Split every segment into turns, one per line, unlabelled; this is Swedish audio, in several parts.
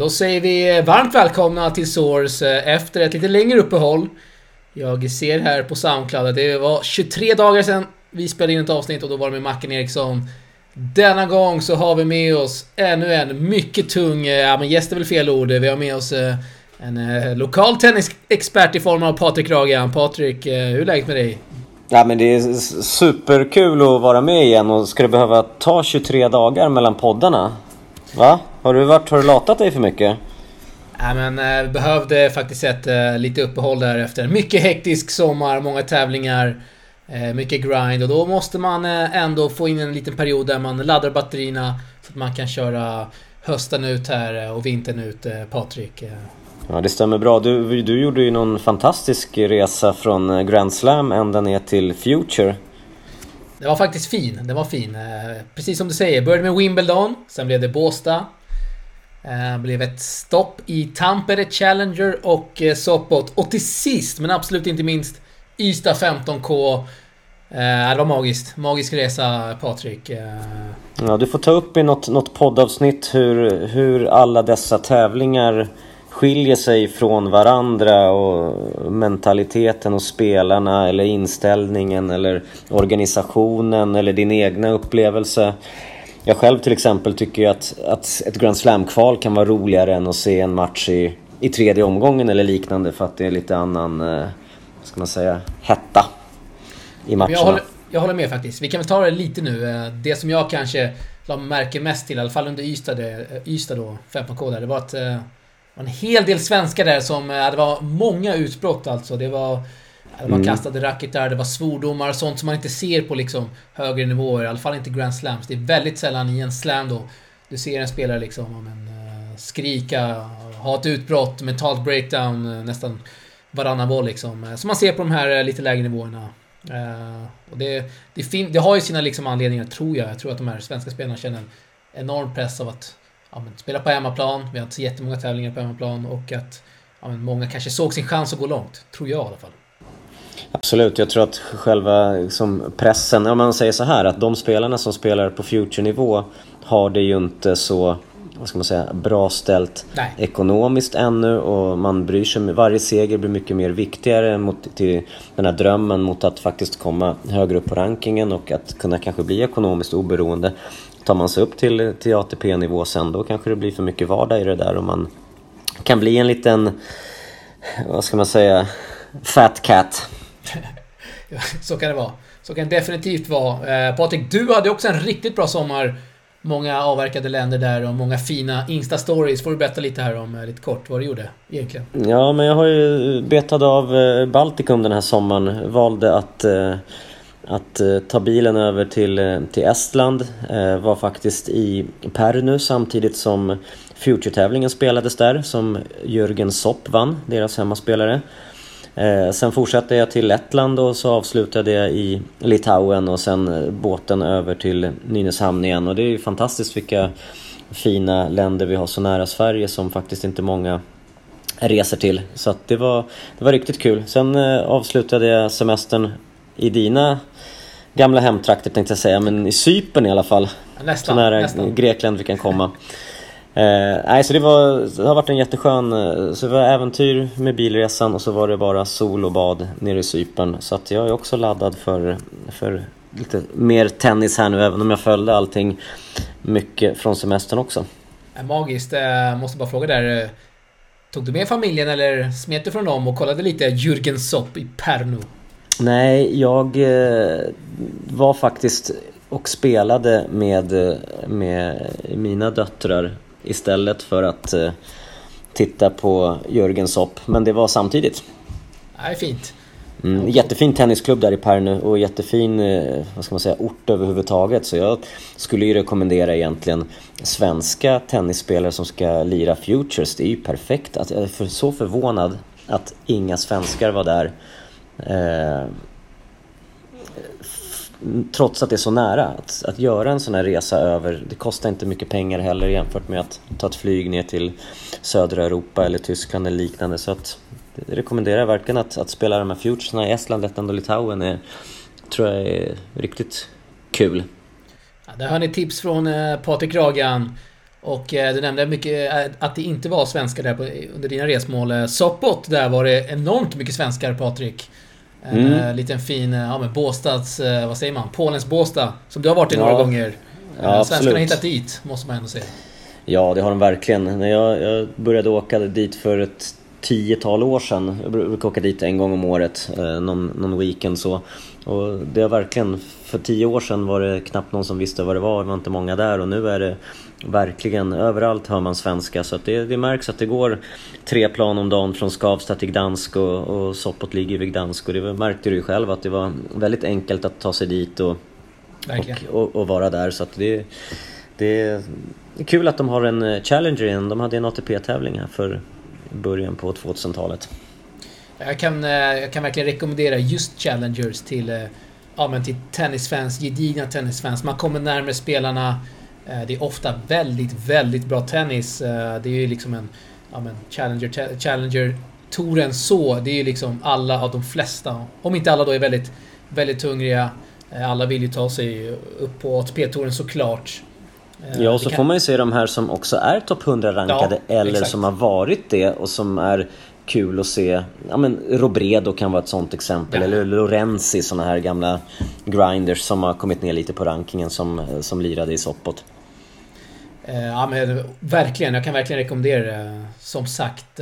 Då säger vi varmt välkomna till Source efter ett lite längre uppehåll. Jag ser här på SoundCloud att det var 23 dagar sedan vi spelade in ett avsnitt och då var det med Mackan Eriksson. Denna gång så har vi med oss ännu en mycket tung, men gäst är väl fel ord. Vi har med oss en lokal tennisexpert i form av Patrik Ragan. Patrik, hur är läget med dig?
Ja, men det är superkul att vara med igen. Och ska det behöva ta 23 dagar mellan poddarna? Va? Har du latat dig för mycket?
Ja, men vi behövde faktiskt ett lite uppehåll där efter mycket hektisk sommar, många tävlingar, mycket grind. Och då måste man ändå få in en liten period där man laddar batterierna så att man kan köra hösten ut här och vintern ut, Patrik.
Ja, det stämmer bra. Du gjorde ju någon fantastisk resa från Grand Slam ända ner till Future.
Det var faktiskt fin. Det var fin. Precis som du säger. Började med Wimbledon. Sen blev det Båstad. Blev ett stopp i Tampere Challenger och Sopot. Och till sist, men absolut inte minst, Ystad 15K. Det var magiskt. Magisk resa, Patrik.
Ja, du får ta upp i något poddavsnitt hur alla dessa tävlingar skiljer sig från varandra, och mentaliteten och spelarna eller inställningen eller organisationen eller din egna upplevelse. Jag själv till exempel tycker ju att ett Grand Slam-kval kan vara roligare än att se en match i tredje omgången eller liknande, för att det är lite annan, vad ska man säga, hetta i matcherna.
Jag håller med faktiskt. Vi kan väl ta det lite nu. Det som jag kanske märker mest till, i alla fall under Ystad då, 15K där, det var att en hel del svenskar där som, det var många utbrott alltså. Det var man kastade racket där, det var svordomar, sånt som man inte ser på liksom högre nivåer, i alla fall inte Grand Slams. Det är väldigt sällan i en slam då du ser en spelare liksom skrika, ha ett utbrott, mentalt breakdown nästan varannan boll liksom, som man ser på de här lite lägre nivåerna. Och det har ju sina liksom anledningar, tror jag. Jag tror att de här svenska spelarna känner en enorm press av att spela på hemmaplan. Vi har inte så jättemånga tävlingar på hemmaplan, och att många kanske såg sin chans att gå långt, tror jag i alla fall.
Absolut, jag tror att själva liksom pressen, om man säger så här, att de spelarna som spelar på future-nivå har det ju inte så, vad ska man säga, bra ställt ekonomiskt ännu, och man bryr sig, varje seger blir mycket mer viktigare till den här drömmen mot att faktiskt komma högre upp på rankingen och att kunna kanske bli ekonomiskt oberoende. Tar man sig upp till ATP-nivå sen, då kanske det blir för mycket vardag i det där, och man kan bli en liten, vad ska man säga, fat cat.
Så kan det vara. Så kan det definitivt vara. Patrik, du hade också en riktigt bra sommar. Många avverkade länder där och många fina Insta-stories. Får du berätta lite här om, lite kort, vad du gjorde egentligen?
Ja, men jag har ju betat av Baltikum den här sommaren. Valde att ta bilen över till Estland. Var faktiskt i Pärnu samtidigt som Future-tävlingen spelades där, som Jürgen Sopp vann, deras hemmaspelare. Sen fortsatte jag till Lettland och så avslutade jag i Litauen, och sen båten över till Nynäshamn igen. Och det är ju fantastiskt vilka fina länder vi har så nära Sverige som faktiskt inte många reser till. Så att det var riktigt kul. Sen avslutade jag semestern i dina gamla hemtrakter, tänkte jag säga, men i Cypern i alla fall.
Nästan,
så nära Grekland vi kan komma. Så det har varit en jätteskön, så det var äventyr med bilresan, och så var det bara sol och bad nere i Cypern. Så att jag är också laddad för lite mer tennis här nu, även om jag följde allting mycket från semestern också.
Magiskt. Måste bara fråga där, tog du med familjen eller smet du från dem och kollade lite Jürgen Sopp i Pärnu?
Nej, jag var faktiskt och spelade med mina döttrar istället för att titta på Jürgen Sopp. Men det var samtidigt.
Det är fint.
Jättefin tennisklubb där i Pärnu, och jättefin, vad ska man säga, ort överhuvudtaget. Så jag skulle ju rekommendera egentligen svenska tennisspelare som ska lira Futures. Det är ju perfekt. Jag är så förvånad att inga svenskar var där. Trots att det är så nära att göra en sån här resa över. Det kostar inte mycket pengar heller jämfört med att ta ett flyg ner till södra Europa eller Tyskland eller liknande. Så att det rekommenderar jag verkligen att spela de här futuresna i Estland, Lettland och Litauen tror jag är riktigt kul.
Ja, där har ni tips från Patrik Ragan. Och du nämnde mycket att det inte var svenskar där under dina resmål. Sopot, där var det enormt mycket svenskar, Patrik. En liten fin, men Båstads, vad säger man? Polens Båstad, som du har varit i några gånger. Svenskarna har hittat dit, måste man ändå säga.
Ja, det har de verkligen. När jag började åka dit för ett 10-tal år sedan. Jag brukar åka dit en gång om året, någon weekend så. Och det har verkligen, för 10 år sedan var det knappt någon som visste vad det var inte många där, och nu är det verkligen överallt hör man svenska, så att det märks att det går 3 plan om dagen från Skavsta till Gdansk, och Sopot ligger vid Gdansk, och det märkte du ju själv att det var väldigt enkelt att ta sig dit och vara där, så att det är kul att de har en Challenger igen. De hade en ATP-tävling här för början på 2000-talet.
Jag kan verkligen rekommendera just Challengers till tennisfans, gedigna tennisfans. Man kommer närmare spelarna. Det är ofta väldigt, väldigt bra tennis. Det är ju liksom en Challenger-touren så. Det är ju liksom alla av de flesta. Om inte alla då är väldigt, väldigt hungriga. Alla vill ju ta sig upp på ATP-touren såklart.
Ja, och så får man ju se de här som också är topp 100-rankade, eller exakt, som har varit det och som är kul att se. Ja, men Robredo kan vara ett sånt exempel, eller Lorenzi, såna här gamla grinders som har kommit ner lite på rankingen som lirade i Sopot.
Ja, men verkligen, jag kan verkligen rekommendera det. Som sagt,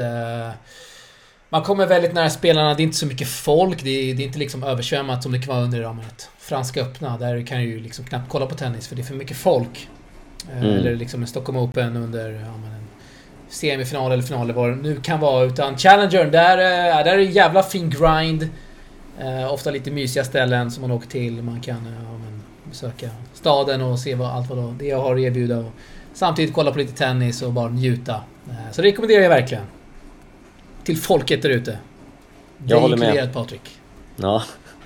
man kommer väldigt nära spelarna. Det är inte så mycket folk. Det är inte liksom översvämmat som det kan vara under ett Franska öppna. Där kan ju liksom knappt kolla på tennis för det är för mycket folk. Eller liksom en Stockholm Open under en semifinal eller final, vad det nu kan vara. Utan Challenger, där är det en jävla fin grind. Ofta lite mysiga ställen som man åker till. Man kan besöka staden och se allt vad det har att erbjuda. Och samtidigt kolla på lite tennis och bara njuta. Så det rekommenderar jag verkligen. Till folket där ute.
Jag håller med,
Patrik.
Ja.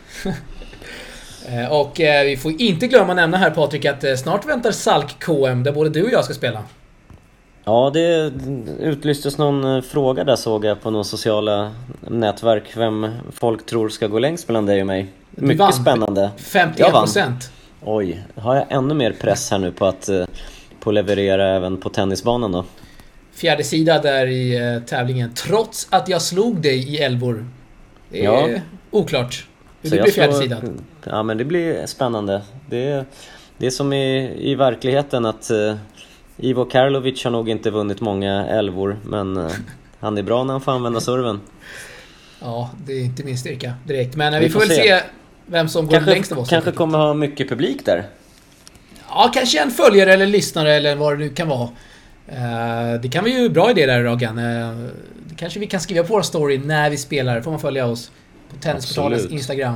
Och vi får inte glömma nämna här, Patrik, att snart väntar Salk KM där både du och jag ska spela.
Ja, det utlystes någon fråga där, såg jag på några sociala nätverk, vem folk tror ska gå längst mellan dig och mig. Mycket spännande.
51%.
Oj, har jag ännu mer press här nu på att leverera även på tennisbanan då?
4:e sida där i tävlingen, trots att jag slog dig i älvor. Det är oklart. Det blir 4:e sidan.
Ja, men det blir spännande. Det är som i verkligheten att Ivo Karlovic har nog inte vunnit många älvor, men han är bra när han får använda serven.
Ja, det är inte min styrka direkt. Men vi får väl se vem som går längst av oss.
Kanske kommer ha mycket publik där.
Ja, kanske en följare eller lyssnare eller vad det nu kan vara. Det kan vi ju bra idé där, Ragan. Det kanske vi kan skriva på vår story när vi spelar. Får man följa oss på Tennisportalens Instagram.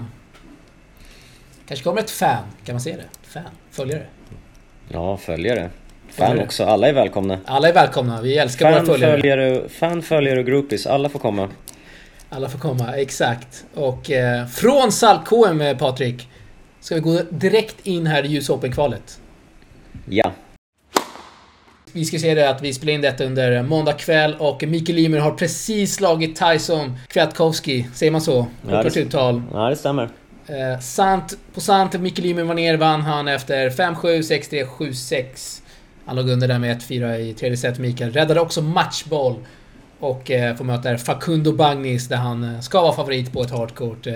Kanske kommer ett fan, kan man se det? Fan, följare.
Ja, följare. Fan också, alla är välkomna.
Alla är välkomna, vi älskar våra följare.
Fan, följare och groupies, alla får komma.
Alla får komma, exakt. Och från Salk KM, Patrik, ska vi gå direkt in här i US Open-kvalet.
Ja.
Vi ska se det att vi spelar in detta under måndag kväll och Mikael Ymer har precis slagit Tyson Kwiatkowski, säger man så?
Ja, det stämmer.
Sant, Mikael Ymer var ner, vann han efter 5-7, 6-3, 7-6. Han låg under där med 1-4 i tredje set. Mikael räddade också matchboll och får möta Facundo Bagnis där han ska vara favorit på ett hardcourt.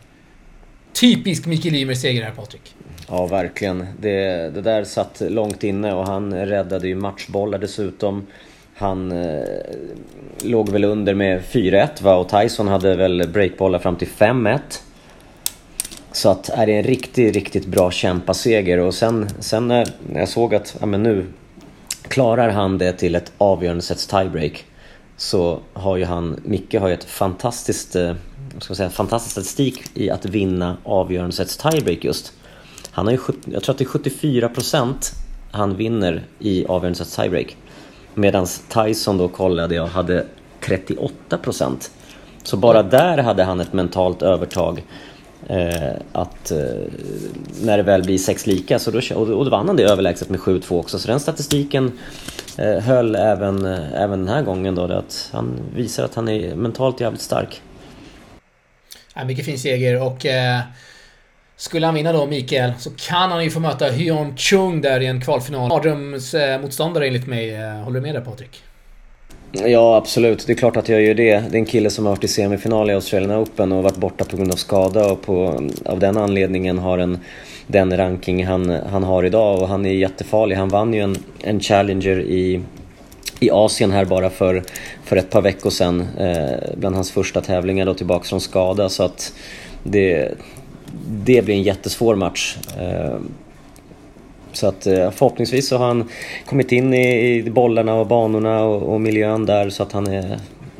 Typisk Mikael Ymer seger här, Patrik.
Ja, verkligen. Det där satt långt inne och han räddade ju matchbollar dessutom. Han låg väl under med 4-1 va? Och Tyson hade väl breakbollar fram till 5-1. Så att är det en riktigt bra kämpaseger. Och sen när jag såg att nu klarar han det till ett avgörande sets tiebreak, så har ju Micke har ju ett fantastiskt statistik i att vinna avgörande sets tiebreak just. Han har ju jag tror att det är 74% han vinner i avgörande sets tiebreak. Medan Tyson då kollade jag hade 38%. Så bara där hade han ett mentalt övertag. När det väl blir 6 lika så då vann han det överlägset med 7-2 också. Så den statistiken höll även den här gången då, att han visar att han är mentalt jävligt stark.
Ja, mycket fin seger och skulle han vinna då, Mikael, så kan han ju få möta Hyun Chung där i en kvalfinal. Motståndare enligt mig. Håller du med där, Patrik?
Ja, absolut. Det är klart att jag gör det. Det är en kille som har varit i semifinal i Australian Open och varit borta på grund av skada, och av den anledningen har den ranking han har idag, och han är jättefarlig. Han vann ju en Challenger i Asien här bara för ett par veckor sedan, bland hans första tävlingar då, tillbaka från skada, så att det blir en jättesvår match. Så att förhoppningsvis så har han kommit in i bollarna och banorna och miljön där, så att han är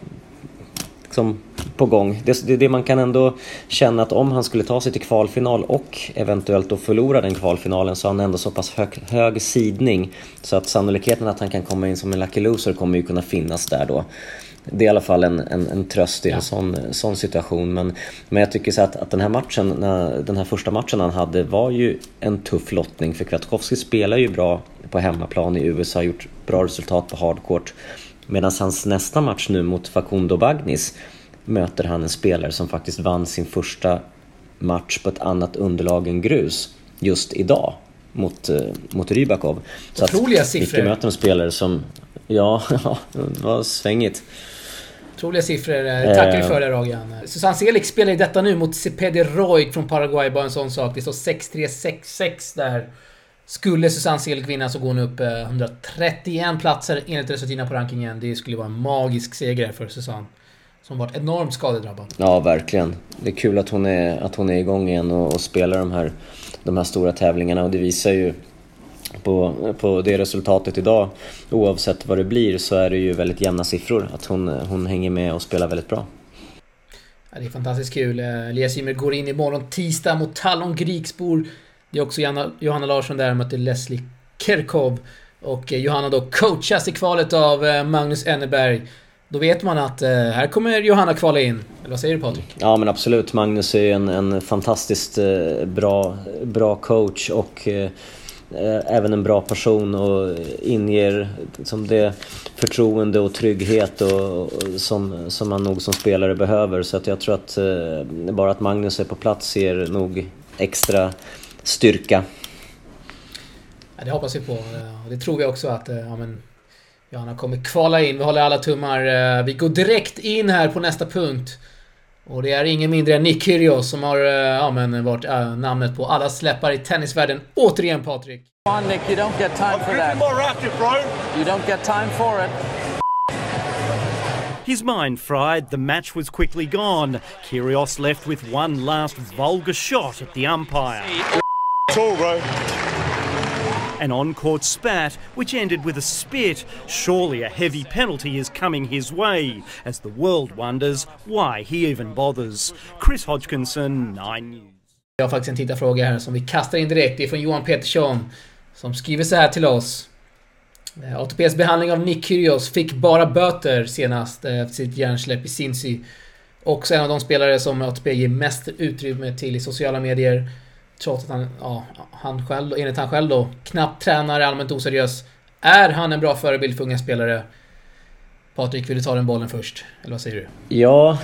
liksom på gång. Det man kan ändå känna, att om han skulle ta sig till kvalfinal och eventuellt då förlora den kvalfinalen, så har han ändå så pass hög sidning, så att sannolikheten att han kan komma in som en lucky loser kommer ju kunna finnas där då. Det är i alla fall en tröst i en sån situation. Men jag tycker så att den här matchen, den här första matchen han hade, var ju en tuff lottning, för Kwiatkowski spelar ju bra på hemmaplan i USA, har gjort bra resultat på hardcourt, medan hans nästa match nu mot Facundo Bagnis möter han en spelare som faktiskt vann sin första match på ett annat underlag än grus just idag mot Rybakov. Så
otroliga siffror.
Vi möter en spelare som det var svängigt.
Otroliga siffror. Tackar vi för det, Ragan. Susanne Selig spelar i detta nu mot Cepede Roig från Paraguay. Bara en sån sak. Det står 6-3, 6-6 där. Skulle Susanne Selig vinna så går hon upp 131 platser enligt resultaten på rankingen. Det skulle vara en magisk seger för Susanne, som varit enormt skadedrabbad. Ja,
verkligen. Det är kul att hon är igång igen och spelar de här stora tävlingarna, och det visar ju på det resultatet idag, oavsett vad det blir, så är det ju väldigt jämna siffror, att hon hänger med och spelar väldigt bra.
Ja, det är fantastiskt kul. Elias Ymer går in imorgon tisdag mot Talon Griksbor. Det är också Johanna Larsson där möter Leslie Kerkov, och Johanna då coachas i kvalet av Magnus Enneberg. Då vet man att här kommer Johanna kvala in. Eller vad säger du, Patrik?
Ja, men absolut. Magnus är en fantastiskt bra coach, och även en bra person, och inger liksom det förtroende och trygghet och som man nog som spelare behöver. Så att jag tror att bara att Magnus är på plats ger nog extra styrka.
Ja, det hoppas vi på. Det tror vi också att Johanna kommer kvala in. Vi håller alla tummar. Vi går direkt in här på nästa punkt. Och det är ingen mindre än Nick Kyrgios som har varit namnet på alla släppar i tennisvärlden. Återigen, Patrik.
Come on, Nick, you don't get time for that. You don't get time for it.
His mind fried, the match was quickly gone. Kyrgios left with one last vulgar shot at the umpire.
Tall, bro.
An on-court spat, which ended with a spit. Surely a heavy penalty is coming his way, as the world wonders why he even bothers. Chris Hodgkinson, 9 News.
Jag har faktiskt en tittarfråga här som vi kastar in direkt. Det är från Johan Petersson, som skriver så här till oss. ATPs behandling av Nick Kyrgios fick bara böter senast efter sitt hjärnsläpp i Cincy. Också en av de spelare som ATP ger mest utrymme till i sociala medier. Trots att han själv, enligt han själv då, knappt tränar, allmänt oseriös. Är han en bra förebild för unga spelare? Patrik, vill du ta den bollen först? Eller vad säger du?
Ja,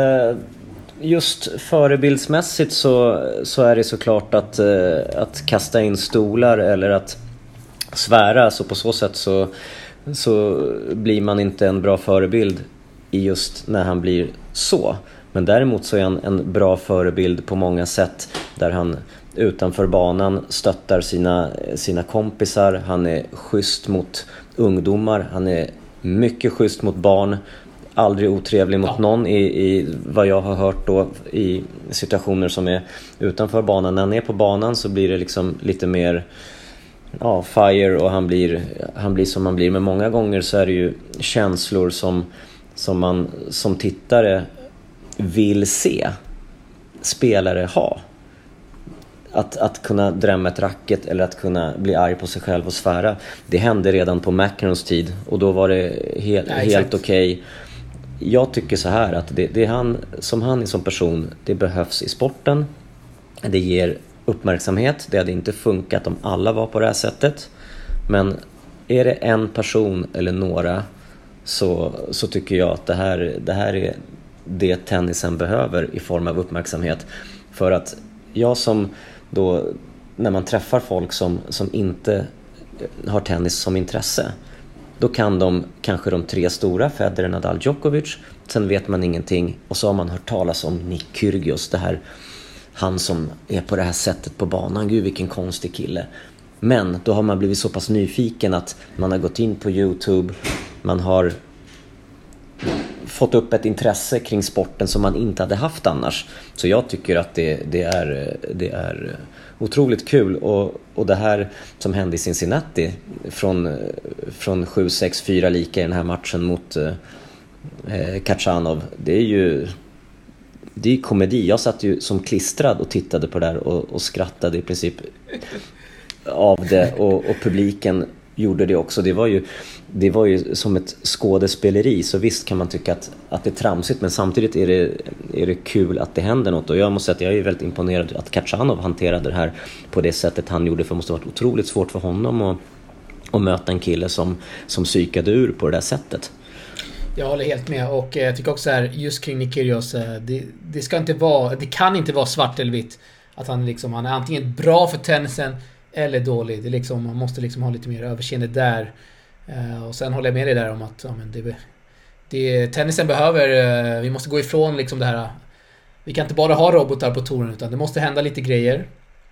just förebildsmässigt så är det såklart att kasta in stolar eller att svära. Så på så sätt så blir man inte en bra förebild i just när han blir så. Men däremot så är han en bra förebild på många sätt, där han utanför banan stöttar sina kompisar. Han är schysst mot ungdomar. Han är mycket schysst mot barn. Aldrig otrevlig mot någon i vad jag har hört då i situationer som är utanför banan. När han är på banan så blir det liksom lite mer fire, och han blir som man blir. Men många gånger så är det ju känslor som man som tittare vill se spelare ha. Att kunna drämma ett racket eller att kunna bli arg på sig själv och svära. Det hände redan på McEnroes tid, och då var det helt okej. Jag tycker så här att det han är som person, det behövs i sporten. Det ger uppmärksamhet. Det hade inte funkat om alla var på det här sättet. Men är det en person eller några, så tycker jag att det här är det tennisen behöver i form av uppmärksamhet. För att jag som då, när man träffar folk som inte har tennis som intresse, då kan de kanske de 3 stora, Federer, Nadal, Djokovic. Sen vet man ingenting. Och så har man hört talas om Nick Kyrgios, det här, han som är på det här sättet på banan. Gud, vilken konstig kille. Men då har man blivit så pass nyfiken att man har gått in på YouTube. Man har fått upp ett intresse kring sporten som man inte hade haft annars. Så jag tycker att det är otroligt kul. Och det här som hände i Cincinnati från 7-6-4 lika i den här matchen mot Khachanov, det är komedi. Jag satt ju som klistrad och tittade på det där och skrattade i princip av det, och publiken gjorde det också. Det var ju som ett skådespeleri, så visst kan man tycka att det är tramsigt, men samtidigt är det kul att det händer något. Och jag måste säga att jag är väldigt imponerad att Khachanov hanterade det här på det sättet han gjorde, för det måste ha varit otroligt svårt för honom att möta en kille som psykade ur på det där sättet.
Jag håller helt med, och jag tycker också här, just kring Nick Kyrgios, det kan inte vara svart eller vitt. Att han är antingen bra för tennisen eller dålig. Det är man måste ha lite mer överseende där. Och sen håller jag med dig där om att tennisen behöver, vi måste gå ifrån det här. Vi kan inte bara ha robotar på touren, utan det måste hända lite grejer.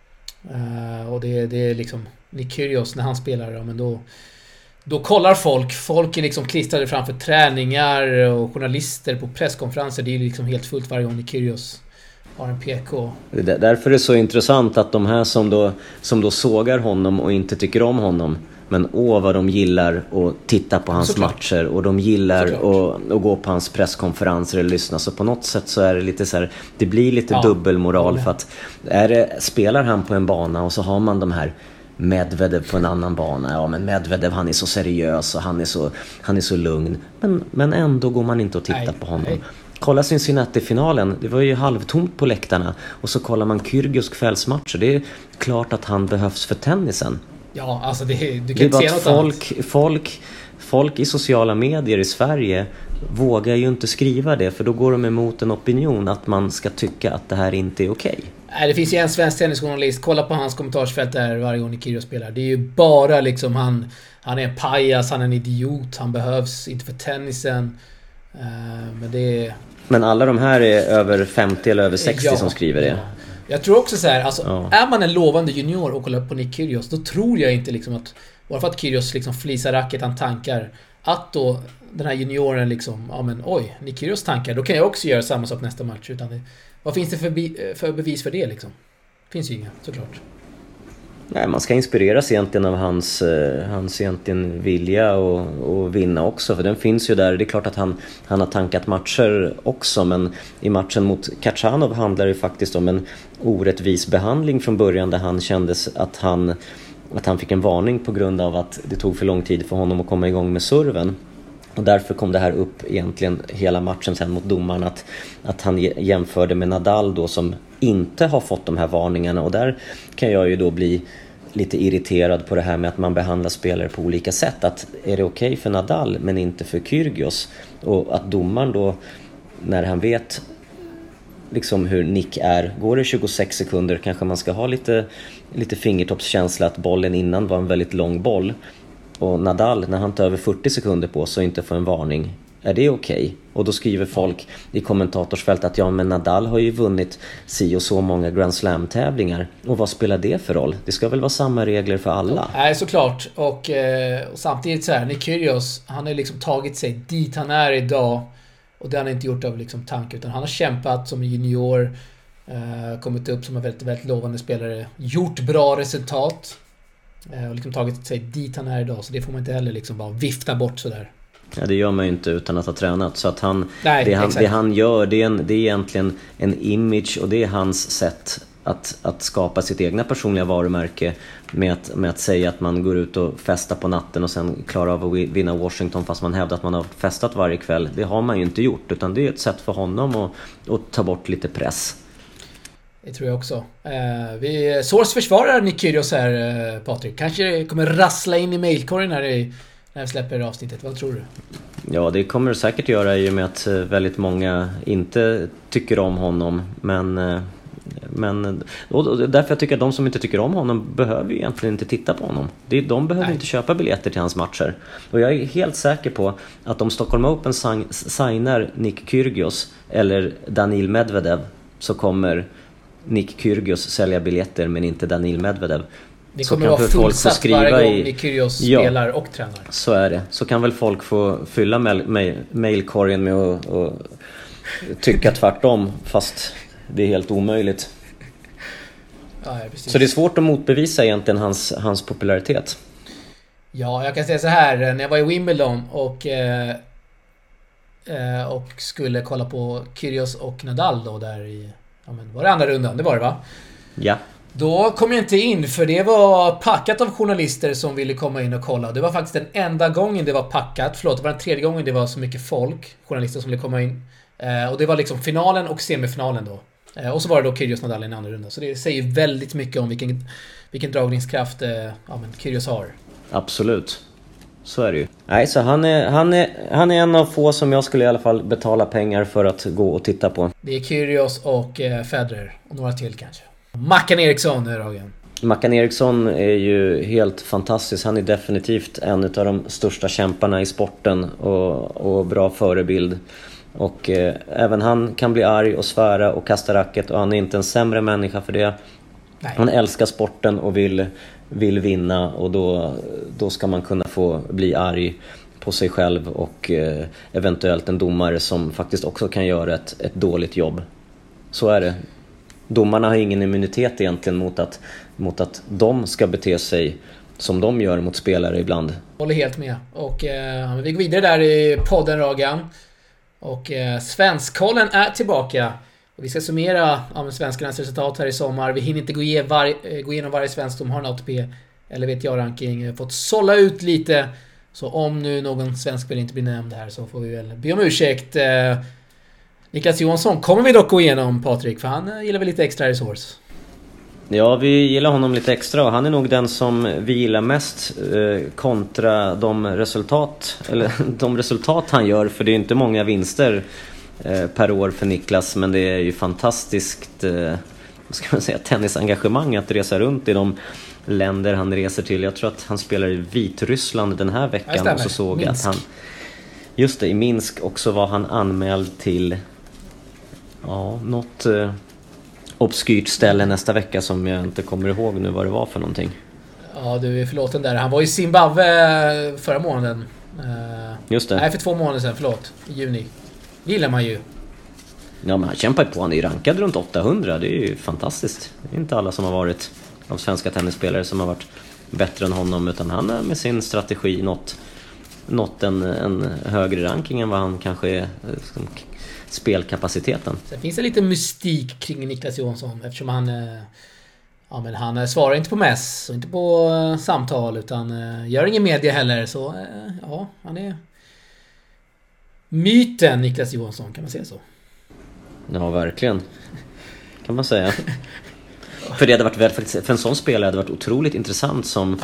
Och det är Nick Kyrgios, när han spelar, men då kollar folk är klistrade framför träningar, och journalister på presskonferenser. Det är helt fullt varje gång Nick Kyrgios har en PK.
Därför är det så intressant att de här som då sågar honom och inte tycker om honom, men vad de gillar att titta på hans matcher, och de gillar att gå på hans presskonferenser eller lyssna. Så på något sätt så är det lite så här, det blir lite dubbelmoral, för att spelar han på en bana och så har man de här Medvedev på en annan bana. Ja, men Medvedev, han är så seriös och han är så lugn, men ändå går man inte och tittar på honom. Nej. Kolla Cincinnati-finalen, det var ju halvtomt på läktarna, och så kollar man Kyrgios kvällsmatcher. Det är klart att han behövs för tennisen.
Ja, alltså du kan inte se något annat.
Folk i sociala medier i Sverige vågar ju inte skriva det, för då går de emot en opinion att man ska tycka att det här inte är okej.
Nej, det finns ju en svensk tennisjournalist, kolla på hans kommentarsfält där varje gång Kyrgios spelar. Det är ju bara han är en pajas, han är en idiot, han behövs inte för tennisen. Men alla de här är över 50 eller över 60 som skriver det. Jag tror också så här, är man en lovande junior och kollar på Nick Kyrgios, då tror jag inte att bara för att Kyrgios flisar racket, han tankar, att då den här junioren Nick Kyrgios tankar, då kan jag också göra samma sak nästa match. Vad finns det för bevis för det Det finns ju inga, såklart.
Nej, man ska inspireras egentligen av hans egentligen vilja och vinna också, för den finns ju där. Det är klart att han har tankat matcher också, men i matchen mot Khachanov handlar det faktiskt om en orättvis behandling från början, där han kändes att han fick en varning på grund av att det tog för lång tid för honom att komma igång med serven. Och därför kom det här upp egentligen hela matchen sen mot domaren, att han jämförde med Nadal då, som inte har fått de här varningarna. Och där kan jag ju då bli lite irriterad på det här med att man behandlar spelare på olika sätt. Att är det okej för Nadal men inte för Kyrgios? Och att domaren då, när han vet hur Nick är, går det 26 sekunder, kanske man ska ha lite fingertoppskänsla att bollen innan var en väldigt lång boll. Och Nadal, när han tar över 40 sekunder på så inte får en varning, är det okej? Och då skriver folk i kommentatorsfält att men Nadal har ju vunnit si och så många Grand Slam-tävlingar. Och vad spelar det för roll? Det ska väl vara samma regler för alla?
Nej, såklart. Och samtidigt så här, Nick Kyrgios, han har tagit sig dit han är idag. Och det har han inte gjort av tanke, utan han har kämpat som junior, kommit upp som en väldigt, väldigt lovande spelare, gjort bra resultat. Och tagit sig dit han är idag. Så det får man inte heller bara vifta bort sådär.
Ja, det gör man ju inte utan att ha tränat. Så att
det
han gör, det är egentligen en image, och det är hans sätt att skapa sitt egna personliga varumärke med att säga att man går ut och festar på natten och sen klarar av att vinna Washington, fast man hävdar att man har festat varje kväll. Det har man ju inte gjort, utan det är ett sätt för honom att ta bort lite press.
Det tror jag också. Vi Source försvarar Nick Kyrgios här, Patrik. Kanske kommer rassla in i mailkorgen när vi släpper avsnittet. Vad tror du?
Ja, det kommer det säkert göra, i och med att väldigt många inte tycker om honom. Men Men och därför jag tycker att de som inte tycker om honom behöver ju egentligen inte titta på honom. De behöver inte köpa biljetter till hans matcher. Och jag är helt säker på att om Stockholm Open signar Nick Kyrgios eller Daniil Medvedev, så kommer Nick Kyrgios sälja biljetter men inte Daniil Medvedev.
Det kommer att vara fullsatt varje gång Nick Kyrgios spelar och tränar.
Så är det. Så kan väl folk få fylla mailkorgen med att tycka tvärtom, fast det är helt omöjligt.
Ja,
så det är svårt att motbevisa egentligen hans popularitet.
Ja, jag kan säga så här. När jag var i Wimbledon och skulle kolla på Kyrgios och Nadal då, där i, var det andra rundan? Det var det, va?
Ja.
Då kom jag inte in, för det var packat av journalister som ville komma in och kolla. Det var faktiskt den enda gången det var packat. Det var den tredje gången det var så mycket folk, journalister som ville komma in. Och det var liksom finalen och semifinalen då. Och så var det då Kyrgios Nadal i en andra runda. Så det säger väldigt mycket om vilken dragningskraft Kyrgios har.
Absolut. Så är det ju. Nej, så han är en av få som jag skulle i alla fall betala pengar för att gå och titta på.
Det är Kyrgios och Federer och några till kanske. Mackan Eriksson är Ragen.
Mackan Eriksson är ju helt fantastisk. Han är definitivt en av de största kämparna i sporten och bra förebild. Och även han kan bli arg och svära och kasta racket, och han är inte en sämre människa för det. Nej. Han älskar sporten och vill vinna, och då ska man kunna få bli arg på sig själv och eventuellt en domare som faktiskt också kan göra ett dåligt jobb. Så är det. Domarna har ingen immunitet egentligen mot att de ska bete sig som de gör mot spelare ibland.
Håller helt med. Och vi går vidare där i podden, Ragan. Och Svenskkollen är tillbaka. Och vi ska summera svenskarnas resultat här i sommar. Vi hinner inte gå igenom varje svensk som har en ATP eller VTA-ranking. Vi har fått sålla ut lite. Så om nu någon svensk spelare inte blir nämnd här, så får vi väl be om ursäkt. Niklas Johansson kommer vi dock gå igenom, Patrik, för han gillar väl lite extra resource.
Ja, vi gillar honom lite extra, och han är nog den som vi gillar mest kontra de resultat han gör, för det är inte många vinster per år för Niklas, men det är ju fantastiskt tennisengagemang att resa runt i de länder han reser till. Jag tror att han spelar i Vitryssland den här veckan, och så såg jag att han just det, i Minsk också var han anmäld till något obskyrt ställe nästa vecka som jag inte kommer ihåg nu vad det var för någonting.
Ja, du är förlåten där. Han var i Zimbabwe förra månaden.
Just det.
Nej, för 2 månader sedan, förlåt. I juni. Det gillar man ju.
Ja, men han kämpar på. Han är rankad runt 800. Det är ju fantastiskt. Det är inte alla som har varit av svenska tennisspelare som har varit bättre än honom, utan han är med sin strategi nått en högre ranking än vad han kanske är spelkapaciteten.
Sen finns det lite mystik kring Niklas Johansson, eftersom han svarar inte på mess och inte på samtal, utan gör ingen media heller, så han är myten Niklas Johansson, kan man säga så. Ja,
verkligen. Kan man säga. För det hade varit för en sån spelare hade varit otroligt intressant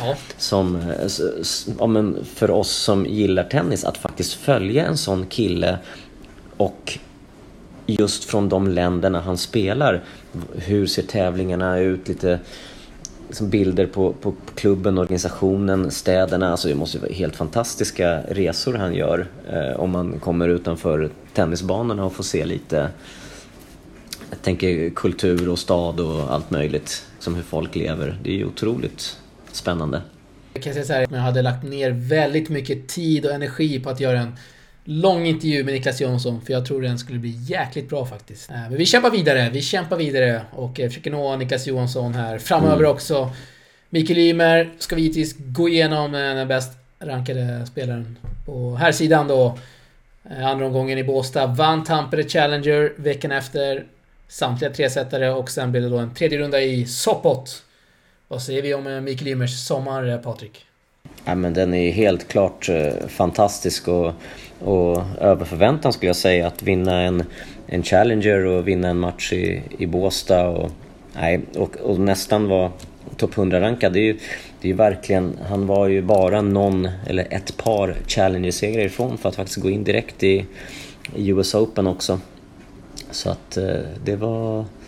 för oss som gillar tennis att faktiskt följa en sån kille, och just från de länderna han spelar. Hur ser tävlingarna ut? Lite liksom bilder på klubben, organisationen, städerna. Alltså det måste ju vara helt fantastiska resor han gör om man kommer utanför tennisbanorna och får se lite, jag tänker, kultur och stad och allt möjligt, som hur folk lever. Det är ju otroligt spännande.
Jag kan säga så här, jag hade lagt ner väldigt mycket tid och energi på att göra en lång intervju med Niklas Johansson, för jag tror den skulle bli jäkligt bra faktiskt. Men vi kämpar vidare och försöker nå Niklas Johansson här framöver också. Mikael Ymer ska vi givetvis gå igenom, den bäst rankade spelaren på här sidan då. Andra omgången i Båstad vann Tampere Challenger veckan efter, samtliga 3-sättare, och sen blev det då en tredje runda i Sopot. Vad säger vi om Mikael Ymers sommar, Patrik?
Ja, men den är helt klart fantastisk och över förväntan, skulle jag säga, att vinna en Challenger och vinna en match i Båstad och nästan vara topp 100 rankad. Det är ju verkligen, han var ju bara ett par Challenger-segrar ifrån för att faktiskt gå in direkt i US Open också. Så att det var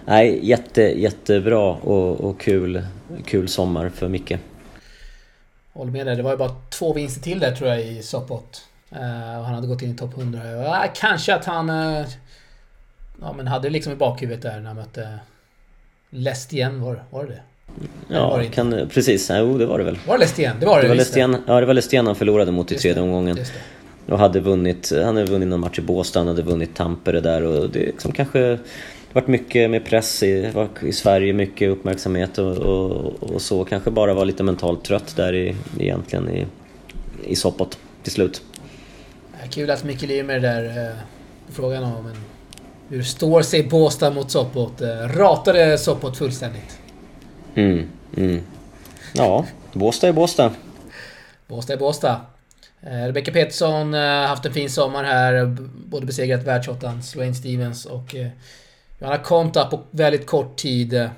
Nej, jättebra och kul sommar för Micke.
Håller med där. Det var ju bara 2 vinster till där tror jag i Sopot. Och han hade gått in i topp 100. Kanske att han men hade liksom i bakhuvudet där när han mötte Lestien, var det?
Ja, precis. Jo, det var det väl.
Var det Lestien? Det var
Lestien. Ja, det var Lestien han förlorade mot i tredje omgången. Och han hade vunnit någon match i Båstad, han hade vunnit Tampere där, och det liksom kanske varit mycket med press i Sverige, mycket uppmärksamhet och så kanske bara var lite mentalt trött där egentligen i Sopot till slut.
Kul att Mikael Ymer där frågan om hur står sig Båstad mot Sopot. Ratade Sopot fullständigt.
Ja, Båstad är Båstad.
Båstad är Båstad. Rebecca Peterson haft en fin sommar här, både besegrat världsåttan Sloane Stevens och Johanna Konta på väldigt kort tid.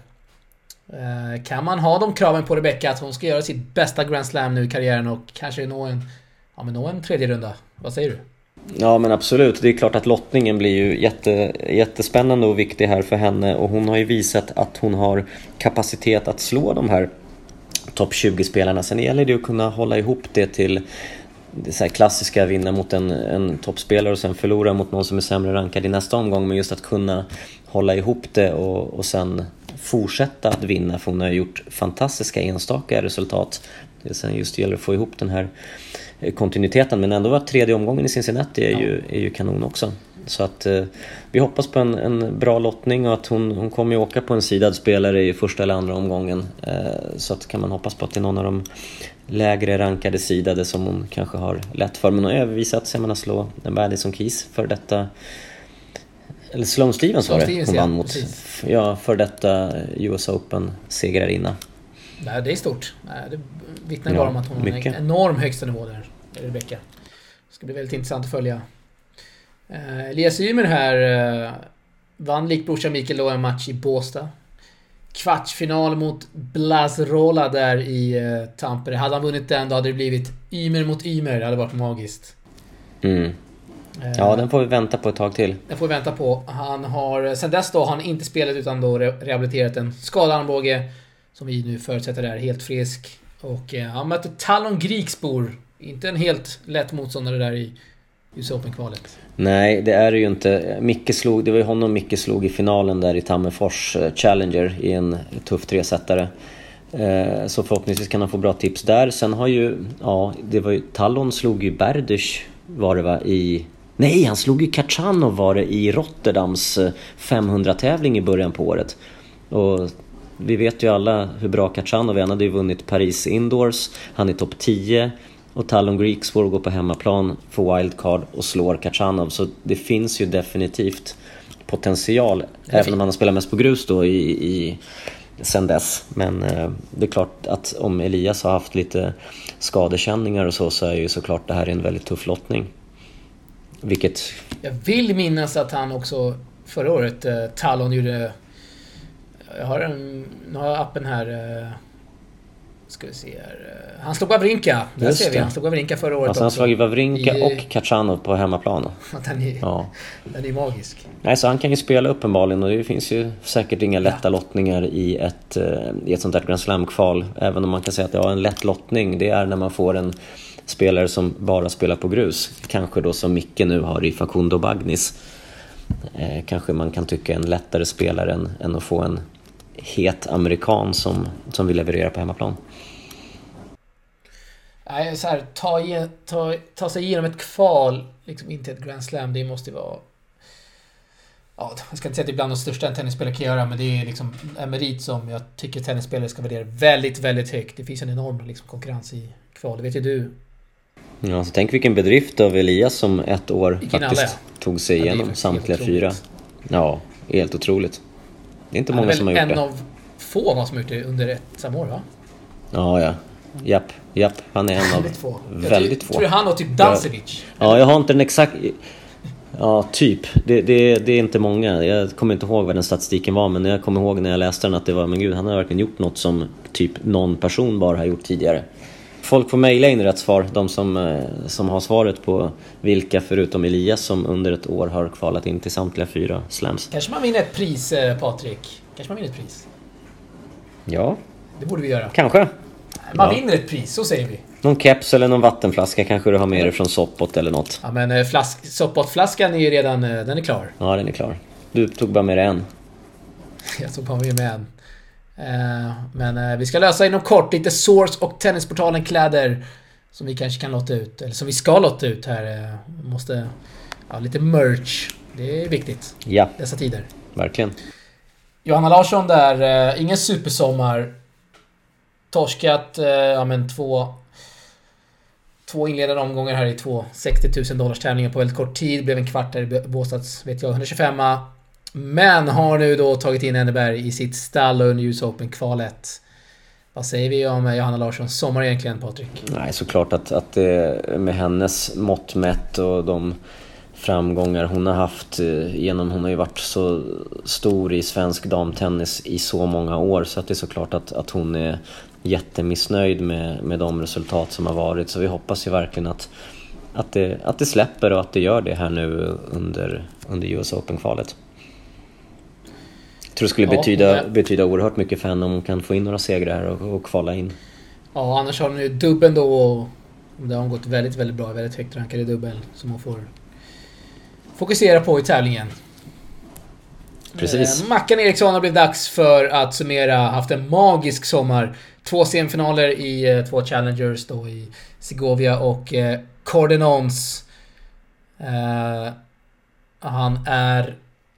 Kan man ha de kraven på Rebecca att hon ska göra sitt bästa Grand Slam nu i karriären och kanske nå en tredje runda? Vad säger du?
Ja, men absolut. Det är klart att lottningen blir ju jättespännande och viktig här för henne, och hon har ju visat att hon har kapacitet att slå de här topp 20-spelarna. Sen gäller det att kunna hålla ihop det till det så här klassiska, vinna mot en toppspelare och sen förlora mot någon som är sämre rankad i nästa omgång, men just att kunna hålla ihop det och sen fortsätta att vinna, för hon har gjort fantastiska enstaka resultat. Det sen just gäller att få ihop den här kontinuiteten, men ändå var tredje omgången i Cincinnati är ju kanon också. Så att vi hoppas på en bra lottning, och att hon kommer ju åka på en sidad spelare i första eller andra omgången, så att kan man hoppas på att det är någon av de lägre rankade sidade som hon kanske har lätt för. Men hon har övervisat sig man att slå en Madison Keys för detta, eller Sloane Stevens var det hon vann mot, för detta US Open segrarinna.
Nej, det är stort. Det vittnar bara om att hon har en enorm högsta nivå där, Rebecca. Det ska bli väldigt intressant att följa. Elias Ymer här vann lik brorsan Mikael då en match i Båstad. Kvartsfinal mot Blasrola där i Tampere. Hade han vunnit den, då hade det blivit Ymer mot Ymer. Det hade varit magiskt.
Ja, den får vi vänta på ett tag till.
Den får vi vänta på. Han har, sen dess då, har han inte spelat utan då rehabiliterat en skadad armbåge som vi nu förutsätter är helt frisk. Och han mötte Talon Griksbor. Inte en helt lätt motståndare där i US Open-kvalet.
Nej, det är det ju inte. Det var ju honom Micke slog i finalen där i Tammerfors Challenger i en tuff 3-sättare. Så förhoppningsvis kan han få bra tips där. Sen har ju, Talon slog ju Berdych han slog ju Kachanov var det i Rotterdams 500-tävling i början på året. Och vi vet ju alla hur bra Kachanov är. Han hade ju vunnit Paris Indoors. Han är topp 10. Och Talon Griksbor går på hemmaplan för wildcard och slår Kachanov. Så det finns ju definitivt potential. Även om han har spelat mest på grus då i sen dess. Men det är klart att om Elias har haft lite skadekänningar och så är ju såklart det här en väldigt tuff lottning. Vilket...
Jag vill minnas att han också förra året, Talon gjorde... Nu har jag appen här... Ska vi se här. Han slog Wawrinka. Där ser vi. Han slog Wawrinka förra året också.
Han slog Wawrinka och Kachanov på hemmaplan.
Den är magisk.
Nej, så han kan ju spela uppenbarligen, och det finns ju säkert inga lätta lottningar i ett sånt där Grand Slam-kval. Även om man kan säga att en lätt lottning, det är när man får en spelare som bara spelar på grus. Kanske då som Micke nu har i Facundo Bagnis. Kanske man kan tycka en lättare spelare än att få en het amerikan som vill leverera på hemmaplan.
Nej, så här, ta sig igenom ett kval, liksom inte ett Grand Slam, det måste vara... Ja, jag ska inte säga att det är bland de största en tennisspelare kan göra, men det är liksom en merit som jag tycker tennisspelare ska värdera väldigt, väldigt högt. Det finns en enorm konkurrens i kval, det vet ju du.
Ja, så tänk vilken bedrift av Elias som ett år faktiskt tog sig igenom samtliga 4. Ja, helt otroligt. Det är inte många som har gjort det. En av
få som har gjort det under ett samma år, va?
Ja. Japp. Han är en av väldigt få.
Tror du han och typ Dancevic?
Ja, jag har inte en exakt... Ja, typ. Det är inte många. Jag kommer inte ihåg vad den statistiken var, men jag kommer ihåg när jag läste den att det var, men gud, han har verkligen gjort något som typ någon person bara har gjort tidigare. Folk får mejla in rätt svar, de som har svaret på vilka förutom Elias som under ett år har kvalat in till samtliga 4 slams.
Kanske man vinner ett pris, Patrik. Kanske man vinner ett pris.
Ja.
Det borde vi göra.
Kanske.
Man vinner ett pris, så säger vi.
Någon keps eller någon vattenflaska kanske du har med dig från Soppot eller något.
Ja, men Soppot-flaskan är ju redan, den är klar.
Ja, den är klar. Du tog bara med dig en.
Jag tog bara med en. Men vi ska lösa inom kort lite Source och Tennisportalen kläder som vi kanske kan lotta ut, eller som vi ska lotta ut här. Måste lite merch. Det är viktigt.
Ja.
Dessa tider.
Verkligen. Johanna
Larsson där, ingen supersommar. Torskat två inledande omgångar här i 2 $60 000 tävlingar på väldigt kort tid. Blev en kvart där i Båstads, 125. Men har nu då tagit in Enneberg i sitt stall under US Open-kvalet. Vad säger vi om Johanna Larssons sommar egentligen, Patrik?
Nej, såklart att det med hennes mått mätt och de framgångar hon har haft hon har ju varit så stor i svensk damtennis i så många år, så att det är såklart att hon är jättemissnöjd med de resultat som har varit. Så vi hoppas ju verkligen att det släpper och att det gör det här nu under US Open-kvalet. Jag tror det skulle betyda oerhört mycket för henne om hon kan få in några segrar och kvala in.
Ja, annars har hon ju dubbeln då, och det har gått väldigt, väldigt bra, väldigt högt rankad i dubbel som hon får fokusera på i tävlingen.
Precis.
Mackan Eriksson har blivit dags för att summera. Haft en magisk sommar. 2 semifinaler i 2 Challengers då i Segovia och Cordenons. Han är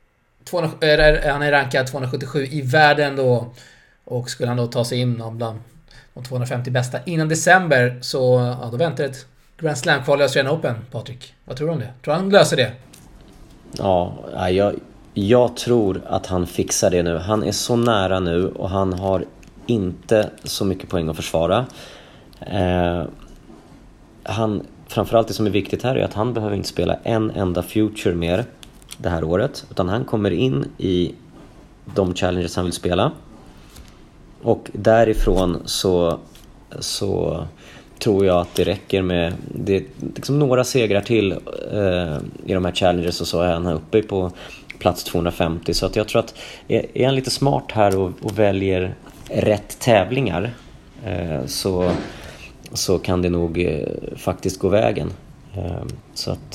rankad 277 i världen då, och skulle han då ta sig in bland de 250 bästa innan december, så då väntar ett Grand Slam-kval i Australian Open, Patrik. Vad tror du om det? Tror han löser det?
Ja, jag tror att han fixar det nu. Han är så nära nu och han har inte så mycket poäng att försvara. Framförallt det som är viktigt här är att han behöver inte spela en enda future mer det här året, utan han kommer in i de challenges han vill spela, och därifrån så tror jag att det räcker med det, liksom några segrar till i de här challenges, och så är han här uppe på plats 250. Så att jag tror att är han lite smart här och väljer rätt tävlingar, så kan det nog faktiskt gå vägen. Så att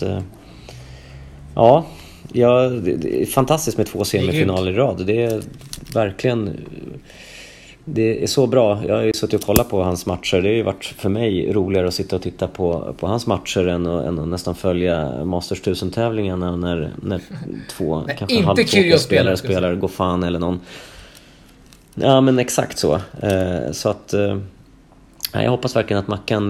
det är fantastiskt med 2 semifinaler i rad. Det är verkligen, det är så bra. Jag har ju suttit och kollat på hans matcher. Det har ju varit för mig roligare att sitta och titta på hans matcher än att nästan följa Masters 1000-tävlingarna när 2 kanske halvtråkiga spelare går fan eller någon. Ja, men exakt så. Så att jag hoppas verkligen att Mackan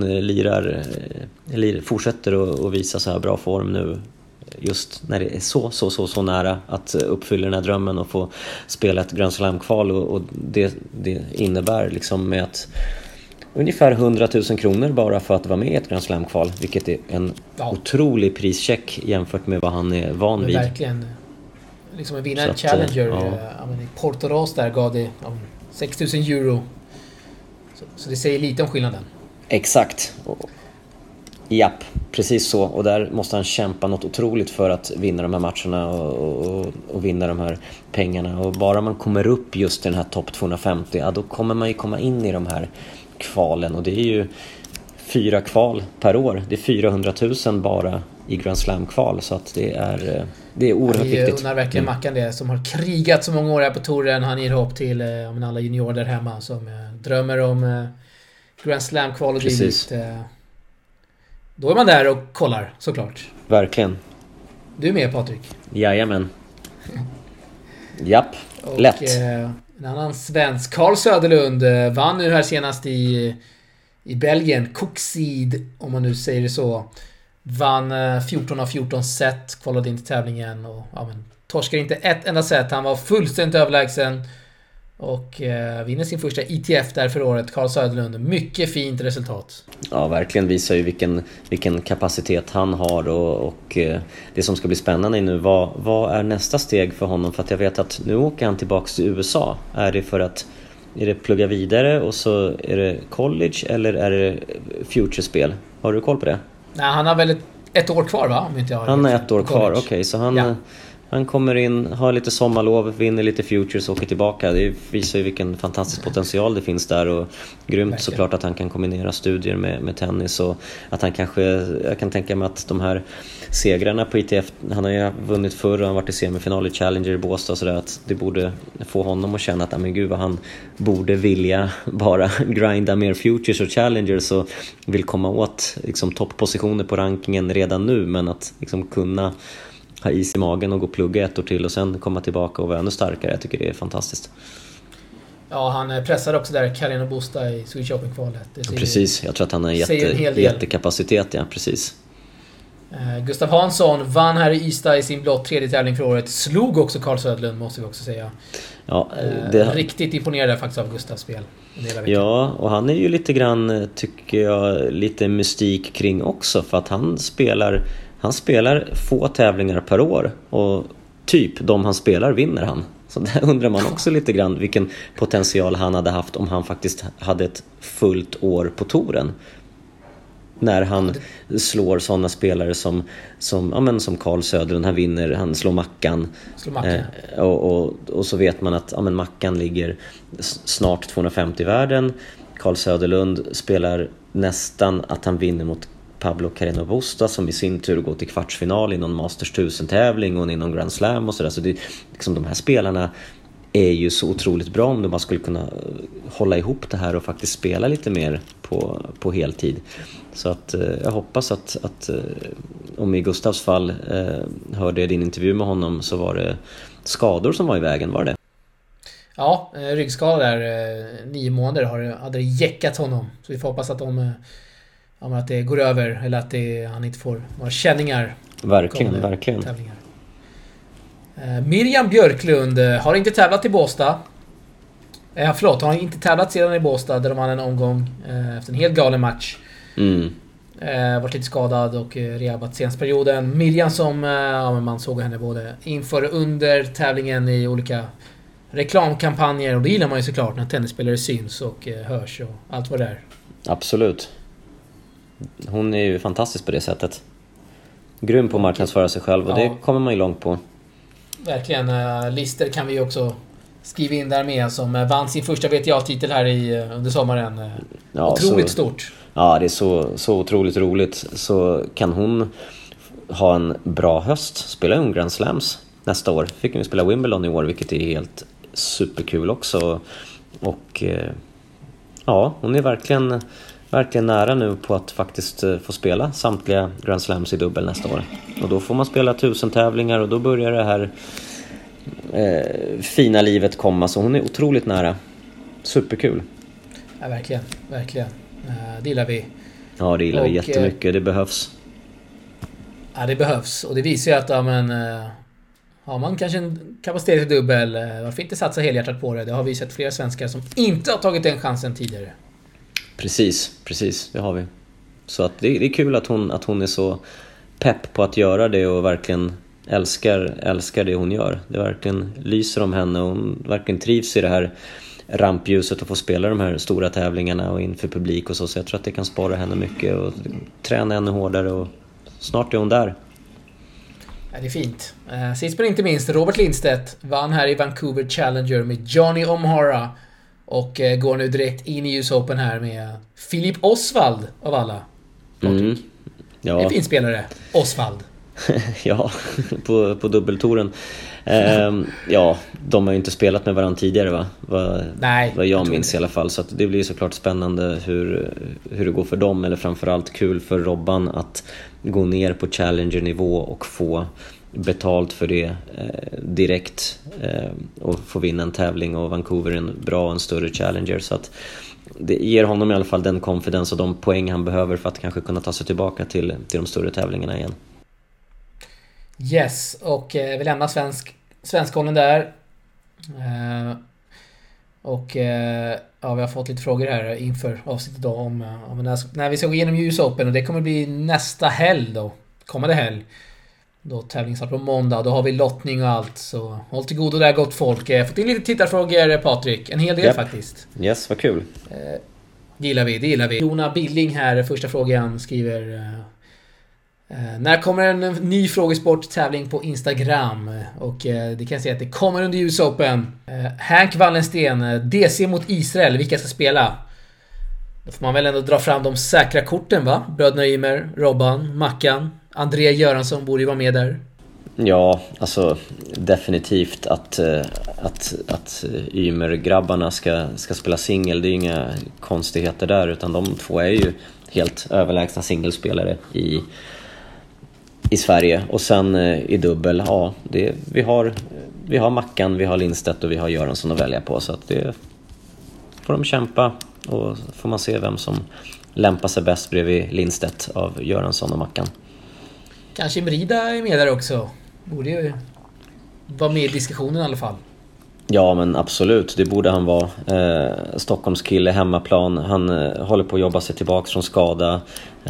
fortsätter att visa så här bra form nu, just när det är så nära att uppfylla den här drömmen och få spela ett Grand Slam-kval, och det innebär liksom med att ungefär 100 000 kronor bara för att vara med i ett Grand Slam-kval, vilket är en otrolig prischeck jämfört med vad han är van vid.
Verkligen. Liksom att vinna en Challenger i Porto där gav det 6 000 euro. Så det säger lite om skillnaden.
Exakt. Japp, precis så. Och där måste han kämpa något otroligt för att vinna de här matcherna och vinna de här pengarna. Och bara man kommer upp just i den här topp 250, då kommer man ju komma in i de här kvalen. Och det är ju 4 kval per år. Det är 400 000 bara i Grand Slam-kval. Så att det är oerhört viktigt. Jag undrar verkligen
Mackan det, som har krigat så många år här på touren. Han ger hopp till alla juniorer där hemma som drömmer om Grand Slam-kval och dylikt. Då är man där och kollar, såklart.
Verkligen.
Du är med, Patrik?
Jajamän. Japp, lätt.
En annan svensk, Carl Söderlund, vann nu här senast i Belgien. Cookseed, om man nu säger det så. Vann 14 av 14 set, kvalade in till tävlingen och torskade inte ett enda set. Han var fullständigt överlägsen och vinner sin första ITF där för året. Carl Söderlund, mycket fint resultat.
Ja, verkligen visar ju vilken kapacitet han har, och det som ska bli spännande är nu, vad är nästa steg för honom? För att jag vet att nu åker han tillbaka till USA. Är det för att är det plugga vidare och så är det college eller är det future-spel? Har du koll på det?
Nej, han har väl ett år kvar, va? Om inte jag
han har ett år kvar, okej. Så han kommer in, har lite sommarlov, vinner lite futures och åker tillbaka. Det visar ju vilken fantastisk potential det finns där, och grymt verkligen. Såklart att han kan kombinera studier med tennis, och att han kanske, jag kan tänka mig att de här segrarna på ITF, han har ju vunnit förr och han har varit i semifinal i Challenger i Båstad och sådär, att det borde få honom att känna att men gud vad han borde vilja bara grinda mer futures och Challengers och vill komma åt liksom topppositioner på rankingen redan nu, men att liksom kunna ha is i magen och gå och plugga ett år till och sen komma tillbaka och vara ännu starkare. Jag tycker det är fantastiskt.
Ja, han pressade också där Carino Busta i Swedish Open-kvalet.
Precis, jag tror att han har jättekapacitet, ja, precis.
Gustav Hansson vann här i Ystad i sin blott tredje tävling för året. Slog också Carl Södlund, måste vi också säga.
Ja,
riktigt imponerad faktiskt av Gustavs spel.
Ja, och han är ju lite grann, tycker jag, lite mystik kring också, för att han spelar få tävlingar per år och typ de han spelar vinner han. Så där undrar man också lite grann vilken potential han hade haft om han faktiskt hade ett fullt år på touren. När han slår sådana spelare som Carl Söderlund, han vinner, han slår Mackan. Och så vet man att Mackan ligger snart 250 i världen. Carl Söderlund spelar nästan att han vinner mot Pablo Carreno Busta, som i sin tur går till kvartsfinal i någon Masters 1000-tävling och i någon Grand Slam och sådär. Så det, liksom, de här spelarna är ju så otroligt bra om de bara skulle kunna hålla ihop det här och faktiskt spela lite mer på heltid. Så att jag hoppas att om i Gustavs fall hörde jag din intervju med honom, så var det skador som var i vägen, var det?
Ja, ryggskada där 9 månader hade jäckat honom. Så vi får hoppas att att det går över, eller att han inte får några känningar.
Verkligen.
Miriam Björklund har inte tävlat i Båstad. Har inte tävlat sedan i Båstad, där de hade en omgång efter en helt galen match. Varit lite skadad och rehabat senaste perioden. Miriam som man såg henne både inför och under tävlingen i olika reklamkampanjer, och det gillar man ju såklart när tennisspelare syns och hörs och allt vad det är.
Absolut. Hon är ju fantastisk på det sättet. Grym på att marknadsföra sig själv, och det kommer man ju långt på.
Verkligen. Lister kan vi också skriva in där med, som vann sin första WTA-titel här under sommaren. Otroligt stort.
Ja, det är så otroligt roligt. Så kan hon ha en bra höst, spela en Grand Slams nästa år. Fick hon spela Wimbledon i år, vilket är helt superkul också. Och hon är verkligen nära nu på att faktiskt få spela samtliga Grand Slams i dubbel nästa år. Och då får man spela 1000 tävlingar, och då börjar det här fina livet komma. Så hon är otroligt nära. Superkul.
Ja, verkligen. Det gillar vi.
Ja, det gillar vi jättemycket. Det behövs.
Ja, det behövs. Och det visar ju att har man kanske en kapacitet i dubbel, varför inte satsa helhjärtat på det? Det har vi sett flera svenskar som inte har tagit den chansen tidigare.
Precis, det har vi. Så att det är kul att hon är så pepp på att göra det och verkligen älskar det hon gör. Det verkligen lyser om henne, och hon verkligen trivs i det här rampljuset och få spela de här stora tävlingarna och inför publik och så jag tror att det kan spara henne mycket och träna ännu hårdare, och snart är hon där.
Ja, det är fint. Sist men inte minst, Robert Lindstedt vann här i Vancouver Challenger med Johnny O'Mara och går nu direkt in i US Open här med Filip Osvald av alla.
Ja.
En fin spelare, Osvald.
Ja, på dubbeltouren. De har ju inte spelat med varandra tidigare, va? Vad jag minns i alla fall. Så att det blir såklart spännande hur det går för dem. Eller framförallt kul för Robban att gå ner på Challenger-nivå och få betalt för det direkt. Och få vinna en tävling, och Vancouver är en bra och en större Challenger. Så att det ger honom i alla fall den confidence och de poäng han behöver för att kanske kunna ta sig tillbaka till de större tävlingarna igen.
Yes, och vi lämnar svenskhållen där. Vi har fått lite frågor här inför avsnittet då om när vi ska gå igenom US Open, och det kommer bli nästa helg då, kommande helg. Då tävlingsstart på måndag. Då har vi lottning och allt. Så håll till godo där, gott folk. Jag har fått in lite tittarfrågor, Patrik. En hel del faktiskt.
Yes, vad kul.
Det gillar vi. Jona Billing här, första frågan, skriver... när kommer en ny frågesport-tävling på Instagram? Och det kan jag säga att det kommer under US Open. Hank Wallensten, DC mot Israel, vilka ska spela? Då får man väl ändå dra fram de säkra korten, va? Bröderna Ymer, Robban, Mackan, André Göransson borde ju vara med där.
Ja, alltså definitivt att Ymer-grabbarna ska spela singel, det är inga konstigheter där, utan de två är ju helt överlägsna singelspelare i Sverige. Och sen i dubbel, ja, vi har Mackan, vi har Lindstedt och vi har Göransson att välja på, så att det får de kämpa, och får man se vem som lämpar sig bäst bredvid Lindstedt av Göransson och Mackan.
Kanske Mrida är med där också. Borde ju vara med i diskussionen i alla fall.
Ja, men absolut, det borde han vara. Stockholmskille, hemmaplan. Han håller på att jobba sig tillbaka från skada.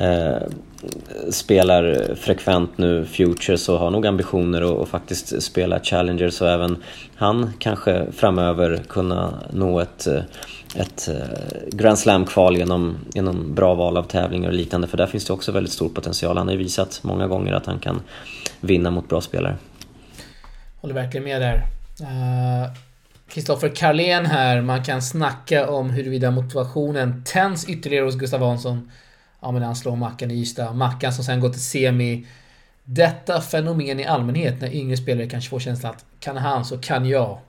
Spelar frekvent nu Futures och har nog ambitioner att faktiskt spela Challenger, så även han kanske framöver kunna nå ett Grand Slam-kval genom bra val av tävlingar och liknande, för där finns det också väldigt stor potential. Han har ju visat många gånger att han kan vinna mot bra spelare.
Håller verkligen med där. Kristoffer Karlén här, man kan snacka om huruvida motivationen tänds ytterligare hos Gustav Hansson. Ja, men han slår Mackan i Ystad. Mackan som sen går till semi. Detta fenomen i allmänhet, när yngre spelare kanske får känslan att kan han så kan jag.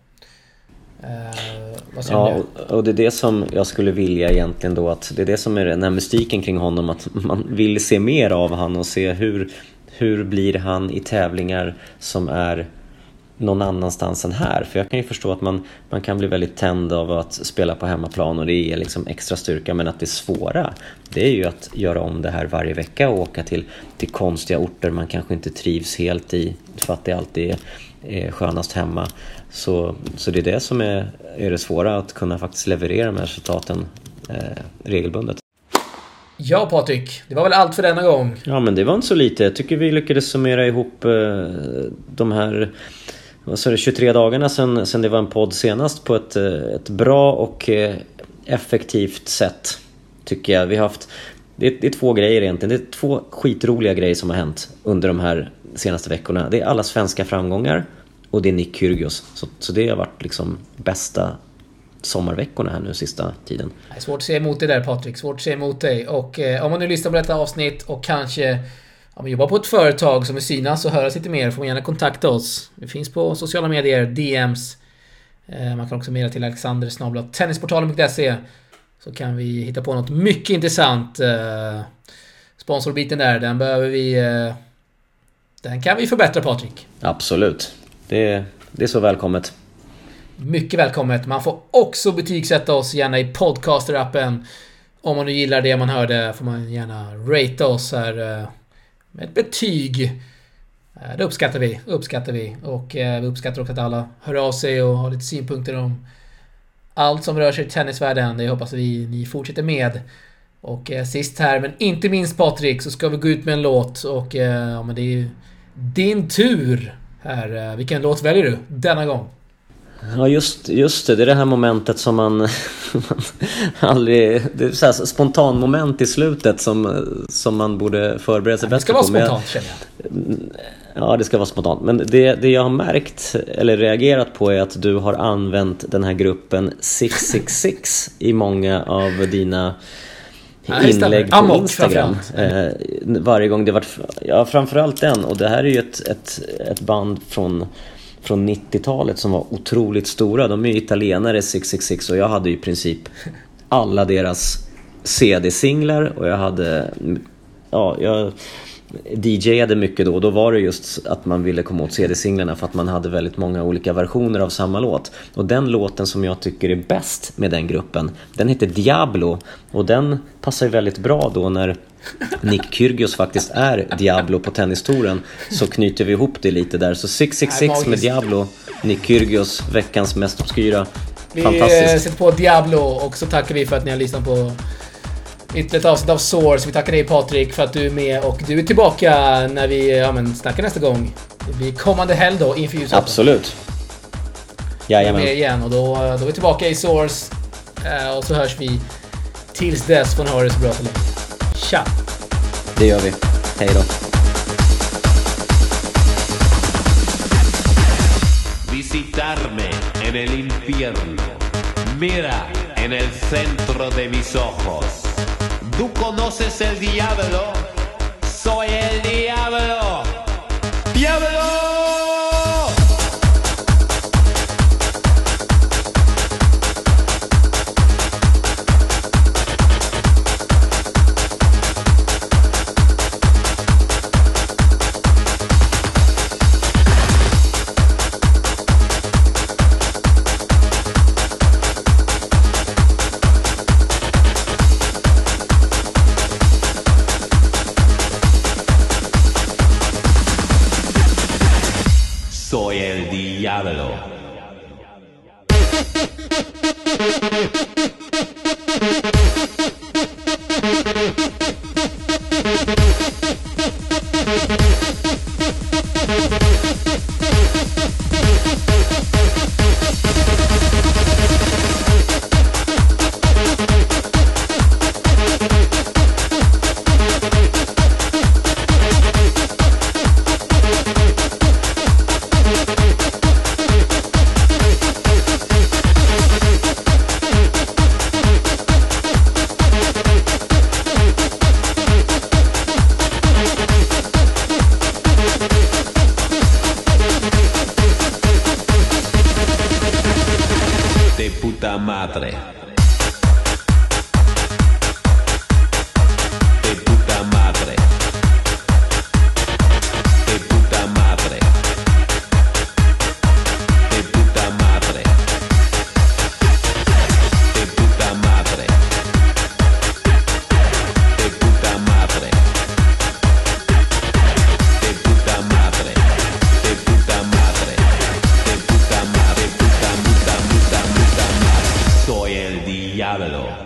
Ja, och det är det som jag skulle vilja egentligen då, att det är det som är den här mystiken kring honom, att man vill se mer av han och se hur blir han i tävlingar som är någon annanstans än här. För jag kan ju förstå att man kan bli väldigt tänd av att spela på hemmaplan och det är liksom extra styrka, men att det svåra, det är ju att göra om det här varje vecka och åka till konstiga orter man kanske inte trivs helt i, för att det alltid är skönast hemma. Så det är det som är det svåra, att kunna faktiskt leverera de här resultaten regelbundet.
Ja, Patrik, det var väl allt för denna gång.
Ja, men det var inte så lite. Jag tycker vi lyckades summera ihop de här 23 dagarna sen det var en podd senast på ett bra och effektivt sätt, tycker jag. Vi har haft, det är två grejer egentligen. Det är två skitroliga grejer som har hänt under de här senaste veckorna. Det är alla svenska framgångar och det är Nick Kyrgios. Så det har varit liksom bästa sommarveckorna här nu sista tiden.
Det är svårt att se emot dig där, Patrik. Svårt att se emot dig. Och om man nu lyssnar på detta avsnitt och kanske jobbar på ett företag som är synas och höra lite mer, får man gärna kontakta oss. Vi finns på sociala medier, DMs. Man kan också mejla till alexander@tennisportalen.se, så kan vi hitta på något mycket intressant. Sponsorbiten där, den kan vi förbättra, Patrik.
Absolut. Det är så välkommet.
Mycket välkommet. Man får också betygsätta oss gärna i podcaster-appen. Om man nu gillar det man hörde får man gärna rate oss här med ett betyg. Det uppskattar vi. Och vi uppskattar också att alla hör av sig och har lite synpunkter om allt som rör sig i tennisvärlden. Det hoppas vi ni fortsätter med. Och sist här, men inte minst, Patrik, så ska vi gå ut med en låt. Och men det är ju din tur här. Vilken låt väljer du denna gång?
Ja, just det. Det är det här momentet som man aldrig... Det är så här spontan moment i slutet som man borde förbereda sig bättre på.
Det ska vara spontant, känner jag.
Ja, det ska vara spontant. Men det jag har märkt eller reagerat på är att du har använt den här gruppen 666 i många av dina inlägg på Instagram. Varje gång det varit... Ja, framförallt den. Och det här är ju ett band från 90-talet som var otroligt stora. De är ju italienare, 666, och jag hade ju i princip alla deras CD-singlar, och jag DJade mycket då. Och då var det just att man ville komma åt CD-singlarna för att man hade väldigt många olika versioner av samma låt. Och den låten som jag tycker är bäst med den gruppen, den heter Diablo, och den passar ju väldigt bra då när Nick Kyrgios faktiskt är Diablo på tennistouren, så knyter vi ihop det lite där. Så 666 med Diablo, Nick Kyrgios, veckans mest obskyra.
Vi sätter på Diablo, och så tackar vi för att ni har lyssnat på Ytterligare ett avsnitt av Source. Vi tackar dig Patrik för att du är med och du är tillbaka när vi snackar nästa gång. Det blir kommande helg då inför ljuset.
Absolut. Jajamän.
Med igen och då är vi tillbaka i Source och så hörs vi tills dess. Får ni ha det så bra så länge. Tja!
Det gör vi. Hej då.
Visitarme en el infierno. Mira en el centro de mis ojos. ¿Tú conoces el diablo? Soy el diablo. ¡Diablo! Soy el diablo. De puta madre. De puta madre. De puta madre. De puta madre. De puta madre. De puta madre. De puta madre. De puta madre. De puta madre. Puta muta muta muta madre. Soy el diablo.